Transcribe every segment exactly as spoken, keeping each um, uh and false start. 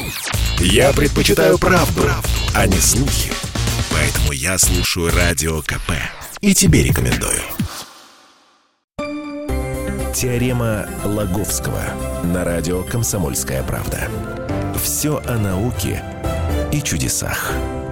Я предпочитаю правду, правду, а не слухи. Поэтому я слушаю Радио КП. И тебе рекомендую. Теорема Лаговского на радио «Комсомольская правда». Все о науке и чудесах.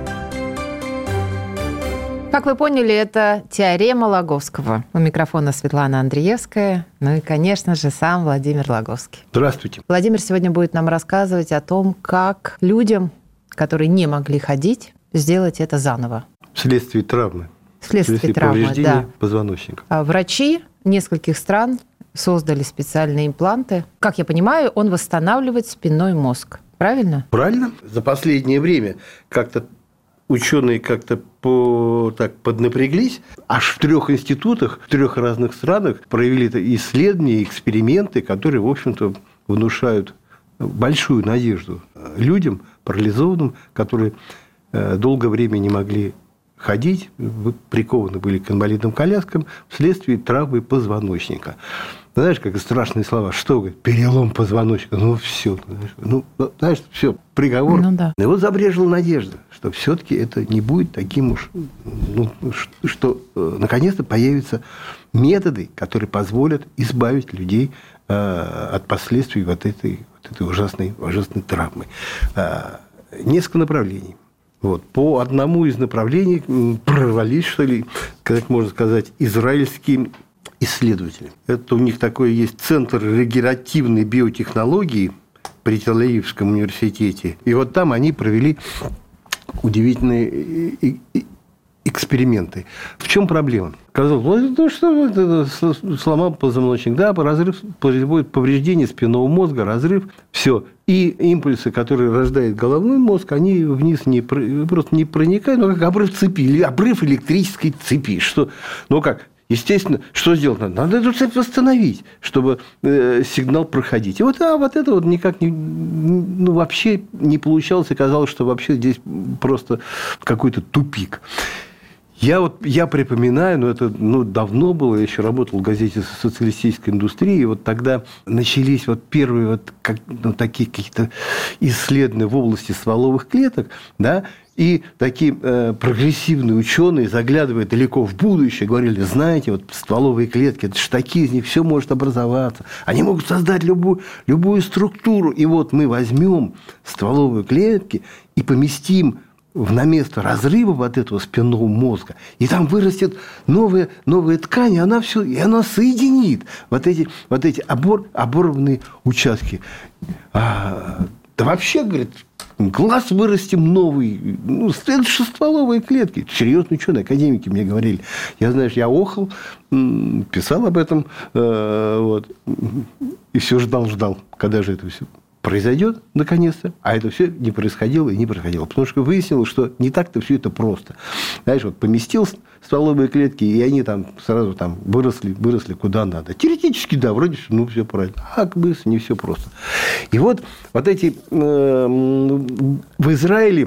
Как вы поняли, это теорема Лаговского. У микрофона Светлана Андреевская, ну и, конечно же, сам Владимир Лаговский. Здравствуйте. Владимир сегодня будет нам рассказывать о том, как людям, которые не могли ходить, сделать это заново. Вследствие травмы. Вследствие, Вследствие травмы, повреждения да. позвоночника. А врачи нескольких стран создали специальные импланты. Как я понимаю, он восстанавливает спинной мозг. Правильно? Правильно. За последнее время как-то ученые как-то по, так поднапряглись. Аж в трех институтах, в трех разных странах провели исследования, эксперименты, которые, в общем-то, внушают большую надежду людям, парализованным, которые долгое время не могли ходить, прикованы были к инвалидным коляскам вследствие травмы позвоночника. Знаешь, как страшные слова. Что, говорит, перелом позвоночника. Ну, все. Ну, знаешь, все, приговор. Ну, да. И вот забрежила надежда, что все-таки это не будет таким уж... Ну, что, наконец-то, появятся методы, которые позволят избавить людей э, от последствий вот этой, вот этой ужасной, ужасной травмы. Э, несколько направлений. Вот. По одному из направлений прорвались, что ли, как можно сказать, израильские исследователи. Это у них такой есть центр регенеративной биотехнологии при Тель-Авивском университете. И вот там они провели удивительные эксперименты. В чем проблема? Казалось, ну что, это сломал позвоночник, да, разрыв, производит повреждение спинного мозга, разрыв, все. И импульсы, которые рождает головной мозг, они вниз не, просто не проникают, ну, как обрыв цепи, или обрыв электрической цепи. Что, ну, как? Естественно, что сделать надо? Надо эту цепь восстановить, чтобы э, сигнал проходить. И вот, а, вот это вот никак не, ну, вообще не получалось, и казалось, что вообще здесь просто какой-то тупик. Я вот я припоминаю, но это ну, давно было, я еще работал в газете «Социалистическая индустрия», и вот тогда начались вот первые вот как, ну, такие какие-то исследования в области стволовых клеток, да, и такие э, прогрессивные ученые, заглядывая далеко в будущее, говорили, знаете, вот стволовые клетки, это ж такие, из них все может образоваться, они могут создать любую, любую структуру, и вот мы возьмем стволовые клетки и поместим на место разрыва вот этого спинного мозга, и там вырастет новая, новая ткань, и она, все, и она соединит вот эти, вот эти обор, оборванные участки. А, да вообще, говорит, глаз вырастим новый. Ну, это же стволовые клетки. Серьезные ученые, академики мне говорили. Я, знаешь, я охал, писал об этом, вот, и все ждал-ждал, когда же это все произойдет, наконец-то, а это все не происходило и не происходило. Потому что выяснилось, что не так-то все это просто. Знаешь, вот поместил стволовые клетки, и они там сразу там выросли, выросли куда надо. Теоретически, да, вроде все, ну, все правильно. А, оказывается, не все просто. И вот, вот эти э, в Израиле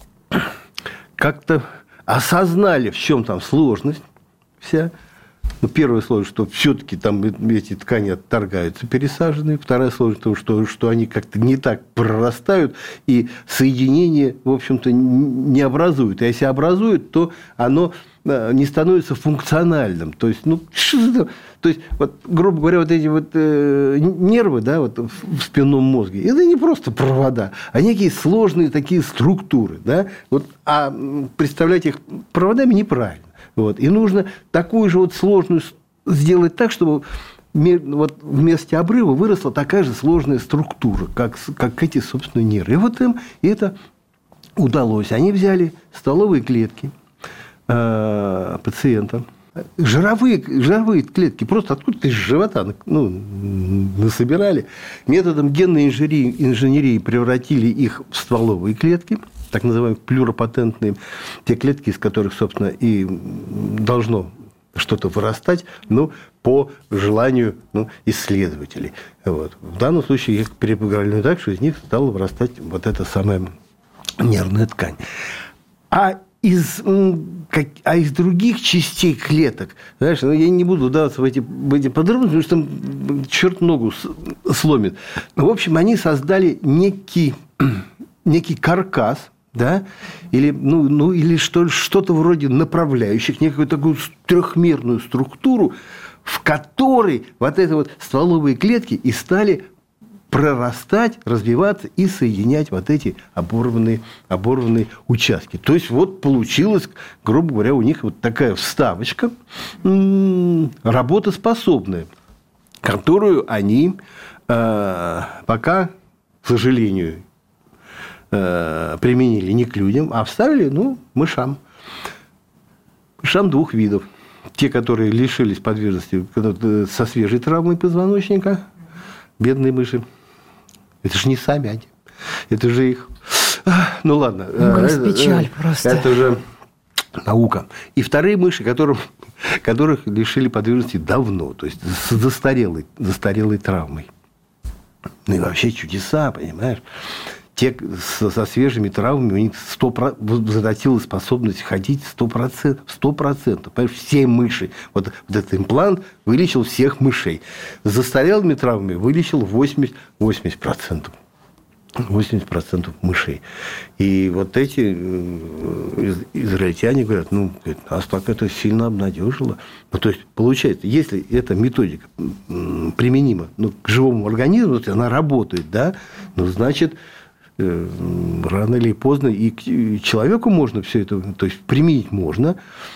как-то осознали, в чем там сложность вся. Ну, первая сложность, что все-таки там эти ткани отторгаются, пересаженные. Вторая сложность, то, что, что они как-то не так прорастают, и соединение, в общем-то, не образуют. А если образуют, то оно не становится функциональным. То есть, ну, что то есть, вот, грубо говоря, вот эти вот э, нервы, да, вот в спинном мозге, это не просто провода, а некие сложные такие структуры, да. Вот, а представлять их проводами неправильно. Вот. И нужно такую же вот сложную сделать так, чтобы вот в месте обрыва выросла такая же сложная структура, как, как эти, собственно, нервы. И вот им это удалось. Они взяли стволовые клетки э, пациента, жировые, жировые клетки, просто откуда-то из живота ну, насобирали, методом генной инженерии, инженерии превратили их в стволовые клетки, так называемые плюропатентные, те клетки, из которых, собственно, и должно что-то вырастать, ну, по желанию ну, исследователей. Вот. В данном случае их перепрограммировали так, что из них стала вырастать вот эта самая нервная ткань. А из, как, а из других частей клеток, знаешь, ну, я не буду вдаваться в эти, в эти подробности, потому что там черт ногу сломит. В общем, они создали некий, некий каркас, да, или, ну, ну, или что, что-то вроде направляющих, некую такую трехмерную структуру, в которой вот эти вот стволовые клетки и стали прорастать, развиваться и соединять вот эти оборванные, оборванные участки. То есть, вот получилась, грубо говоря, у них вот такая вставочка м- работоспособная, которую они э- пока, к сожалению, э- применили не к людям, а вставили, ну, мышам. Мышам двух видов. Те, которые лишились подвижности со свежей травмой позвоночника, бедные мыши. Это же не сами они. Это же их... Ну, ладно. Грусть, печаль просто. Это же наука. И вторые мыши, которым, которых лишили подвижности давно. То есть, с застарелой, застарелой травмой. Ну, и вообще чудеса, понимаешь? Те со, со свежими травмами, у них сто процентов возвратилась способность ходить сто процентов. сто процентов. Понимаешь, все мыши. Вот, вот этот имплант вылечил всех мышей. С застарелыми травмами вылечил восемьдесят процентов. восемьдесят процентов мышей. И вот эти израильтяне говорят, ну, нас так это сильно обнадежило. Ну, то есть, получается, если эта методика применима, ну, к живому организму, вот она работает, да, ну, значит, рано или поздно и к человеку можно все это, то есть, применить можно.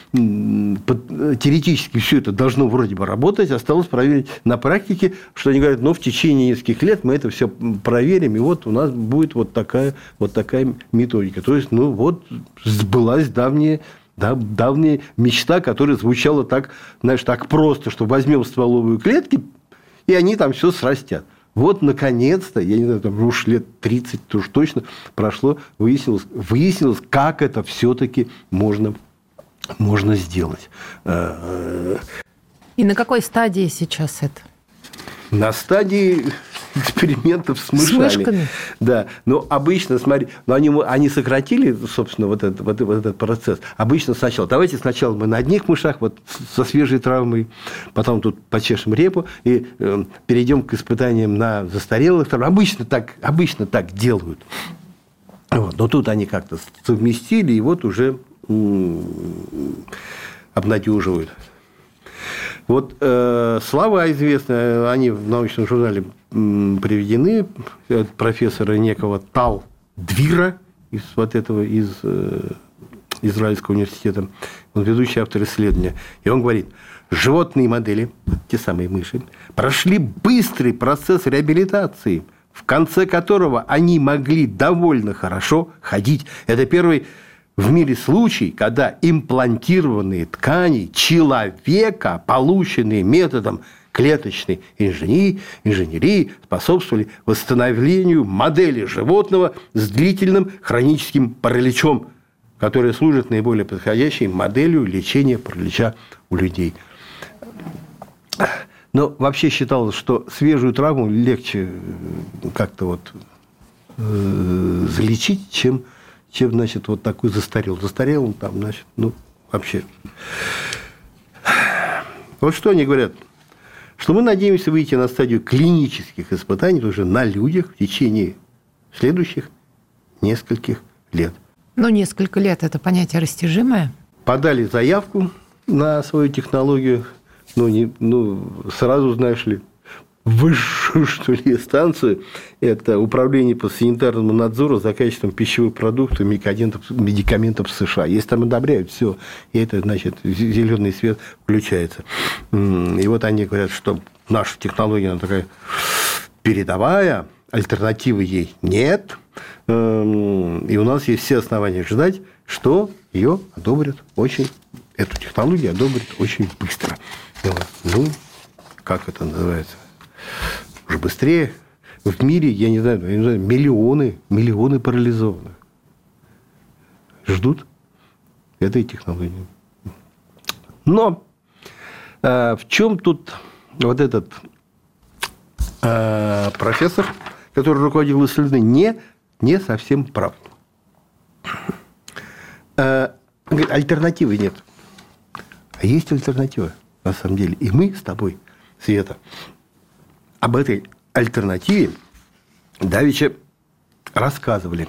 Теоретически все это должно вроде бы работать. Осталось проверить на практике, что они говорят, ну, в течение нескольких лет мы это все проверим, и вот у нас будет вот такая, вот такая методика. То есть, ну, вот сбылась давняя, да, давняя мечта, которая звучала так, знаешь, так просто, что возьмем стволовые клетки, и они там все срастят. Вот, наконец-то, я не знаю, там уж лет тридцать уж точно прошло, выяснилось, выяснилось, как это все-таки можно, можно сделать. И на какой стадии сейчас это? На стадии экспериментов с мышами. С мышками? Да. Но обычно, смотри, но они, они сократили, собственно, вот этот, вот, вот этот процесс. Обычно сначала, давайте сначала мы на одних мышах, вот со свежей травмой, потом тут почешем репу и э, перейдем к испытаниям на застарелых травмах. Обычно так, обычно так делают. Вот. Но тут они как-то совместили и вот уже м- обнадеживают. Вот э, слова известны, они в научном журнале м, приведены, от профессора некого Тал Двира из вот этого из э, Израильского университета, он ведущий автор исследования, и он говорит, животные модели, те самые мыши, прошли быстрый процесс реабилитации, в конце которого они могли довольно хорошо ходить. Это первый в мире случай, когда имплантированные ткани человека, полученные методом клеточной инженерии, инженерии, способствовали восстановлению модели животного с длительным хроническим параличом, которая служит наиболее подходящей моделью лечения паралича у людей. Но вообще считалось, что свежую травму легче как-то вот э, залечить, чем чем, значит, вот такой застарел. Застарел он там, значит, ну, вообще. Вот что они говорят. Что мы надеемся выйти на стадию клинических испытаний уже на людях в течение следующих нескольких лет. Ну, несколько лет – это понятие растяжимое. Подали заявку на свою технологию. Ну, не, ну сразу, знаешь ли, высшую, что ли, инстанцию, это Управление по санитарному надзору за качеством пищевых продуктов и медикаментов, медикаментов в США. Если там одобряют, все, и это, значит, зеленый свет включается. И вот они говорят, что наша технология, она такая передовая, альтернативы ей нет, и у нас есть все основания ждать, что ее одобрят очень, эту технологию одобрят очень быстро. Ну, как это называется? Уже быстрее. В мире, я не знаю, я не знаю, миллионы, миллионы парализованных ждут этой технологии. Но э, в чем тут вот этот э, профессор, который руководил исследованием, не, не совсем прав. Э, Он говорит, альтернативы нет. А есть альтернатива, на самом деле. И мы с тобой, Света, об этой альтернативе давеча рассказывали.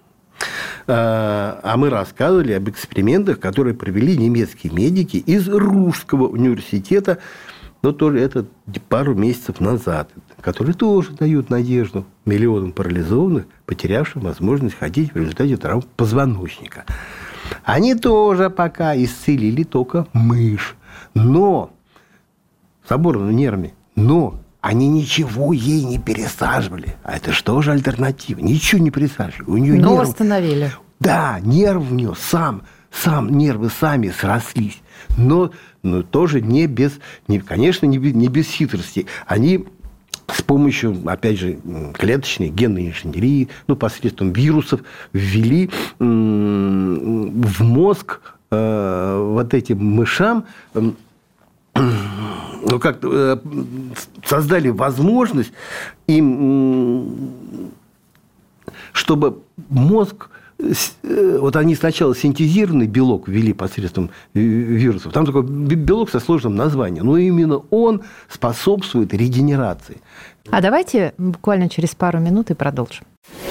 А мы рассказывали об экспериментах, которые провели немецкие медики из Русского университета, но тоже это пару месяцев назад, которые тоже дают надежду миллионам парализованных, потерявшим возможность ходить в результате травм позвоночника. Они тоже пока исцелили только мышь, но с оборванными нервами, но они ничего ей не пересаживали. А это что же альтернатива? Ничего не пересаживали. У нее но нерв... восстановили. Да, нерв у нее сам, сам нервы сами срослись. Но, но тоже не без, не, конечно, не без, не без хитрости. Они с помощью, опять же, клеточной генной инженерии, ну, посредством вирусов ввели м- в мозг э, вот этим мышам, э, ну, как э, создали возможность им, чтобы мозг, вот они сначала синтезированный белок ввели посредством вирусов. Там такой белок со сложным названием. Но именно он способствует регенерации. А давайте буквально через пару минут и продолжим.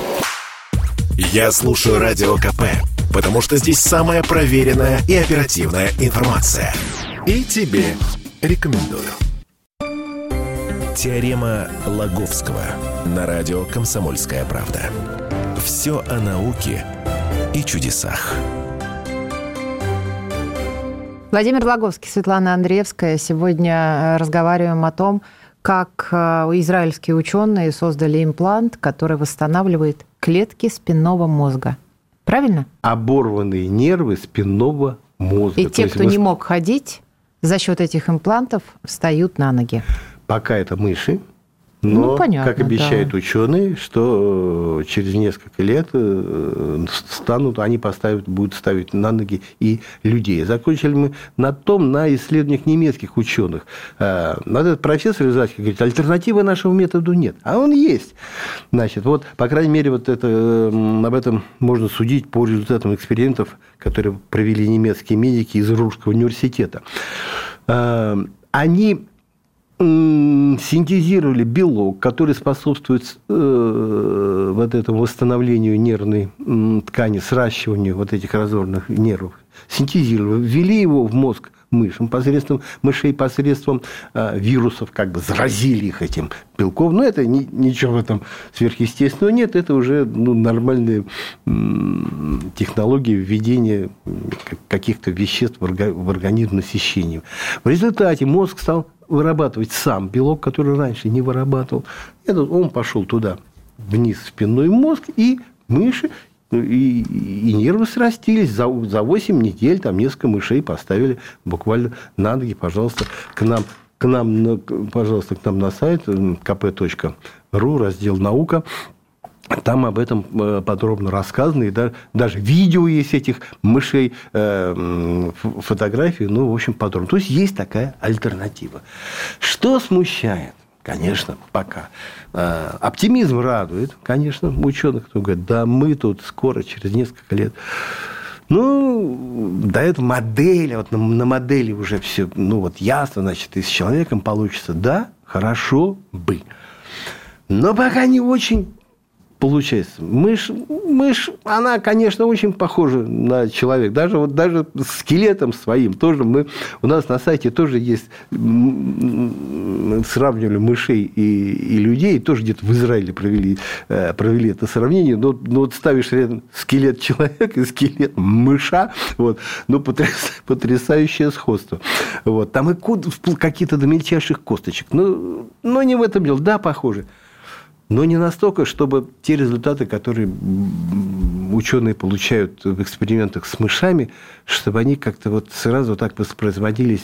Я слушаю Радио КП, потому что здесь самая проверенная и оперативная информация. И тебе рекомендую. Теорема Лаговского на радио «Комсомольская правда». Все о науке и чудесах. Владимир Лаговский, Светлана Андреевская. Сегодня разговариваем о том, как израильские ученые создали имплант, который восстанавливает клетки спинного мозга. Правильно? Оборванные нервы спинного мозга. И те, кто не мог ходить, за счет этих имплантов встают на ноги. Пока это мыши. Но, ну, понятно, как обещают да. ученые, что через несколько лет станут, они поставят, будут ставить на ноги и людей. Закончили мы на том, на исследованиях немецких ученых. Вот этот профессор из Ахи говорит, альтернативы нашему методу нет. А он есть. Значит, вот, по крайней мере, вот это, об этом можно судить по результатам экспериментов, которые провели немецкие медики из Русского университета. Они синтезировали белок, который способствует э, вот этому восстановлению нервной э, ткани, сращиванию вот этих разорванных нервов. Синтезировали, ввели его в мозг мышам посредством мышей, посредством э, вирусов, как бы заразили их этим белком. Но это ни, ничего в этом сверхъестественного нет. Это уже ну, нормальные э, технологии введения каких-то веществ в, орга, в организм насыщению. В результате мозг стал вырабатывать сам белок, который раньше не вырабатывал. Этот, он пошел туда, вниз в спинной мозг, и мыши, и, и нервы срастились. За, за восемь недель там несколько мышей поставили буквально на ноги. Пожалуйста, к нам, к нам, пожалуйста, к нам на сайт ка пэ точка ру, раздел «Наука». Там об этом подробно рассказано, и даже видео есть этих мышей, фотографии, ну, в общем, подробно. То есть, есть такая альтернатива. Что смущает? Конечно, пока. Оптимизм радует, конечно, ученых, кто говорит, да мы тут скоро, через несколько лет. Ну, да, это модель, вот на, на модели уже все, ну, вот ясно, значит, и с человеком получится, да, хорошо бы. Но пока не очень... Получается, мышь, мышь, она, конечно, очень похожа на человека. Даже, вот, даже скелетом своим тоже мы... У нас на сайте тоже есть... Сравнивали мышей и, и людей. Тоже где-то в Израиле провели, провели это сравнение. Но, но вот ставишь рядом скелет человека и скелет мыша. Вот, ну, потряс, потрясающее сходство. Вот, там и какие-то до мельчайших косточек. Но, но не в этом дело. Да, похоже. Но не настолько, чтобы те результаты, которые ученые получают в экспериментах с мышами, чтобы они как-то вот сразу так воспроизводились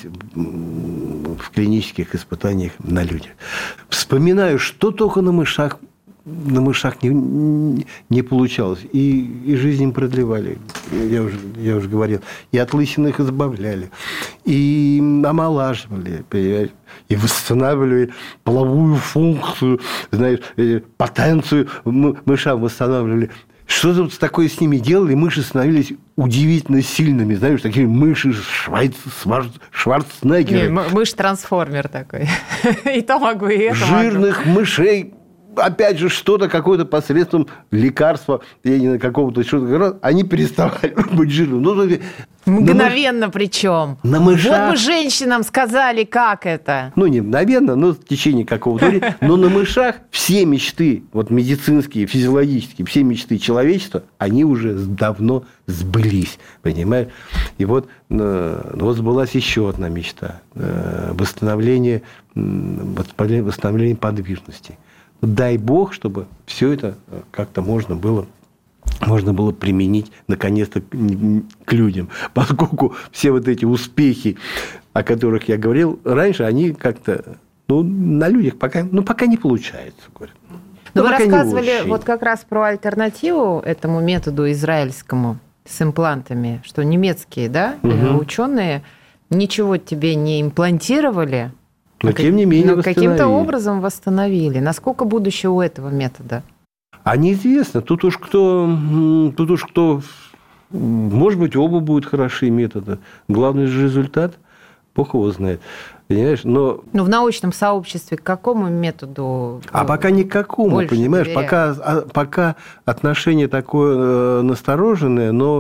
в клинических испытаниях на людях. Вспоминаю, что только на мышах, на мышах не, не получалось. И, и жизнь им продлевали, я уже, я уже говорил. И от лысины их избавляли. И омолаживали, понимаете? И восстанавливали половую функцию, знаешь, потенцию мышам восстанавливали. что-то такое с ними делали, мыши становились удивительно сильными. Знаешь, такие мыши Швайц, Шварценеггеры. Не, мышь-трансформер такой. И то могу, и это жирных могу. Мышей. Опять же, что-то какое-то посредством лекарства, я не знаю, какого-то что-то, они переставали быть жирными. Ну, мгновенно причем. На мышах. Вот бы женщинам сказали, как это. Ну, не мгновенно, но в течение какого-то времени. Но на мышах все мечты, вот медицинские, физиологические, все мечты человечества, они уже давно сбылись. Понимаешь? И вот, вот сбылась еще одна мечта. Восстановление, восстановление подвижности. Дай Бог, чтобы все это как-то можно было, можно было применить наконец-то к людям. Поскольку все вот эти успехи, о которых я говорил раньше, они как-то ну, на людях пока, ну, пока не получается. Но вы рассказывали вот как раз про альтернативу этому методу израильскому с имплантами, что немецкие, да, угу. ученые ничего тебе не имплантировали, но, тем не менее, но каким-то образом восстановили. Насколько будущее у этого метода? А неизвестно. Тут уж кто... Тут уж кто... Может быть, оба будут хорошие методы. Главный же результат, Бог его знает. Понимаешь? Но... Но в научном сообществе к какому методу? А пока ни к какому, понимаешь? Пока, пока отношение такое э, настороженное, но...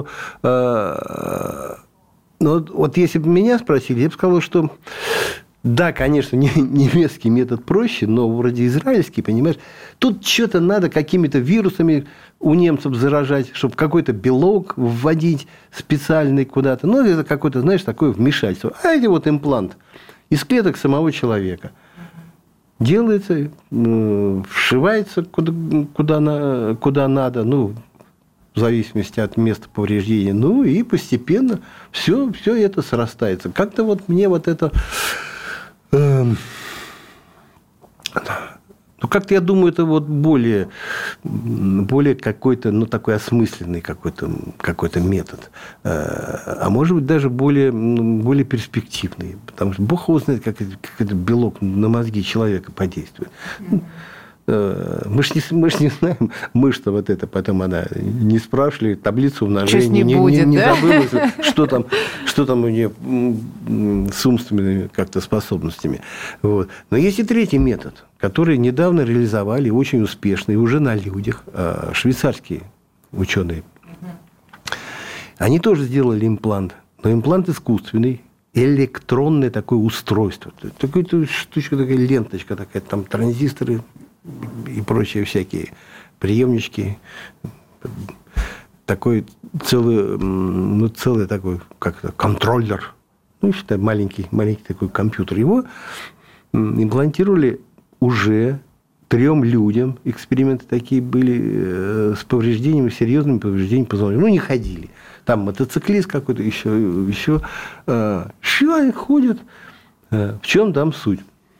Э, но вот если бы меня спросили, я бы сказал, что... Да, конечно, немецкий метод проще, но вроде израильский, понимаешь? Тут что-то надо какими-то вирусами у немцев заражать, чтобы какой-то белок вводить специальный куда-то. Ну, это какое-то, знаешь, такое вмешательство. А это вот имплант из клеток самого человека. Делается, вшивается куда, куда, куда надо, ну, в зависимости от места повреждения. Ну, и постепенно все, все это срастается. Как-то вот мне вот это... Ну, как-то, я думаю, это вот более, более какой-то, ну, такой осмысленный какой-то, какой-то метод. А может быть, даже более, более перспективный. Потому что Бог его знает, как, как этот белок на мозги человека подействует. Мы ж, не, мы ж не знаем, мышь-то вот это, потом она не спрашивали, таблицу умножения, не, не, будет, не, не да? забыла, что там, что там у нее с умственными как-то способностями. Вот. Но есть и третий метод, который недавно реализовали, очень успешно, и уже на людях, швейцарские ученые. Они тоже сделали имплант, но имплант искусственный, электронное такое устройство. Такая штучка, такая ленточка, такая, там транзисторы и прочие всякие приемнички. Такой целый, ну, целый такой, как-то, контроллер. Ну, считай, маленький, маленький такой компьютер. Его имплантировали уже трем людям. Эксперименты такие были с повреждениями, серьезными повреждениями позвоночника. Ну, не ходили. Там мотоциклист какой-то, еще, еще. Что они ходят? В чем там суть?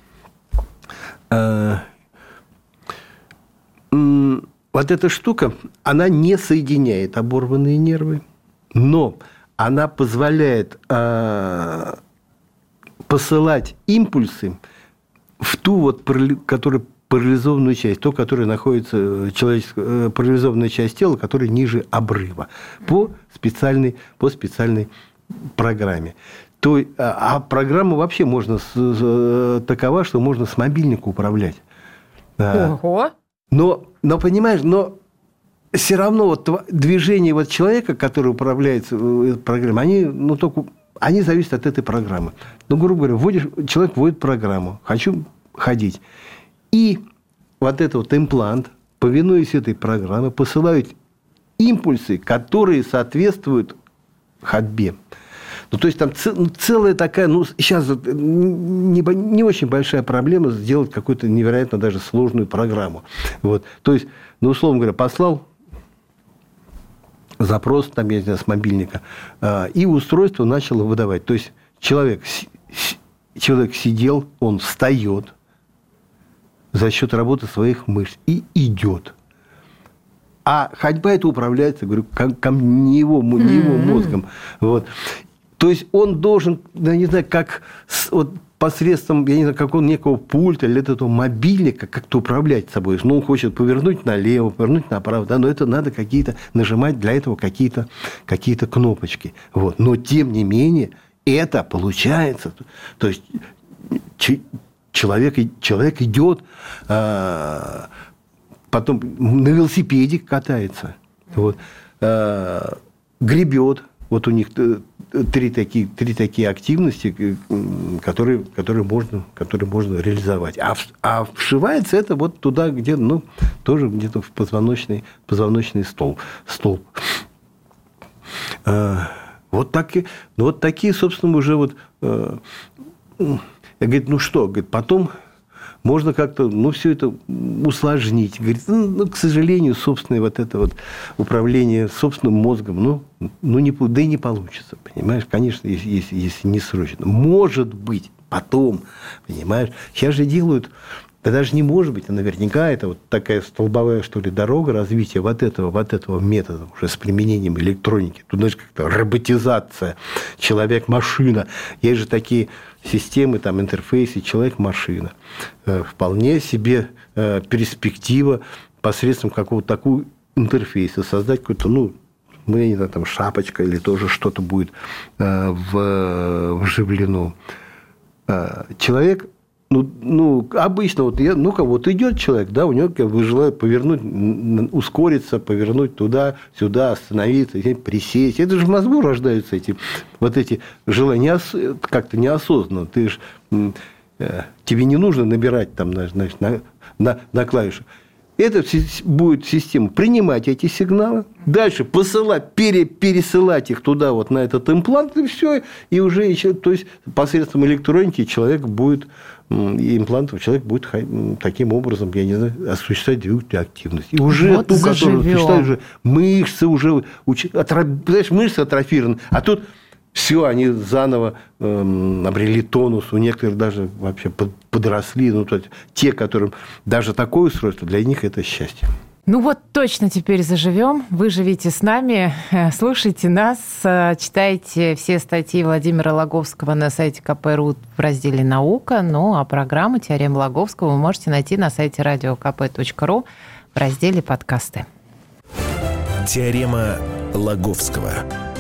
Вот эта штука, она не соединяет оборванные нервы, но она позволяет э, посылать импульсы в ту вот, которая парализованную часть, то, которая находится, человеческая, парализованная часть тела, которая ниже обрыва, по специальной, по специальной программе. То, а программа вообще можно такова, что можно с мобильника управлять. Ого! Но, но, понимаешь, но все равно вот движение вот человека, который управляется этой программой, они, ну, только, они зависят от этой программы. Ну, грубо говоря, вводишь, человек вводит программу, хочу ходить. И вот этот вот имплант, повинуясь этой программе, посылают импульсы, которые соответствуют ходьбе. Ну, то есть, там целая такая, ну, сейчас не, не очень большая проблема сделать какую-то невероятно даже сложную программу. Вот. То есть, ну, условно говоря, послал запрос, там, я не знаю, с мобильника, и устройство начало выдавать. То есть, человек, человек сидел, он встает за счет работы своих мышц и идет. А ходьба это управляется, говорю, не его, не его мозгом. Вот. То есть, он должен, я не знаю, как вот, посредством, я не знаю, какого некого пульта или этого мобильника как-то управлять собой. Ну, он хочет повернуть налево, повернуть направо, да, но это надо какие-то нажимать для этого какие-то, какие-то кнопочки. Вот. Но, тем не менее, это получается. То есть, человек, человек идет, потом на велосипеде катается, вот, гребет. Вот у них три такие, три такие активности, которые, которые, можно, которые можно реализовать. А, а вшивается это вот туда, где, ну, тоже где-то в позвоночный, позвоночный столб. столб. А, вот, так, ну, вот такие, собственно, уже вот... Я говорю, ну что? Говорит, потом... Можно как-то, ну, все это усложнить. Говорит, ну, ну, к сожалению, собственное вот это вот управление собственным мозгом, ну, ну не, да и не получится, понимаешь? Конечно, если, если, если не срочно. Может быть, потом, понимаешь? Сейчас же делают, да даже не может быть, а наверняка это вот такая столбовая, что ли, дорога развития вот этого, вот этого метода уже с применением электроники. Тут, знаешь, как-то роботизация, человек-машина. Есть же такие... системы, там, интерфейсы, человек-машина. Вполне себе перспектива посредством какого-то такого интерфейса создать какой-то, ну, ну, я не знаю, там, шапочка или тоже что-то будет вживлено. Человек, ну, ну обычно, вот, я, ну-ка, вот идет человек, да, у него желает повернуть, ускориться, повернуть туда, сюда, остановиться, присесть. Это же в мозгу рождаются эти, вот эти желания как-то неосознанно. Ты ж, тебе не нужно набирать там, значит, на, на, на клавишу. Это будет система принимать эти сигналы, дальше посылать, пере, пересылать их туда, вот на этот имплант, и все. И уже, то есть, посредством электроники человек будет, имплантов, человек будет таким образом, я не знаю, осуществлять двигательную активность. И уже вот ту, которую заживем. уже мышцы уже, знаешь, мышцы атрофированы, а тут все, они заново э, обрели тонус, у некоторых даже вообще подросли. Ну, то есть, те, которым даже такое устройство, для них это счастье. Ну вот точно теперь заживем. Вы живите с нами, слушайте нас, читайте все статьи Владимира Логовского на сайте ка пэ точка ру в разделе «Наука». Ну а программу «Теорема Логовского» вы можете найти на сайте радио ка пэ точка ру в разделе «Подкасты». Теорема Логовского.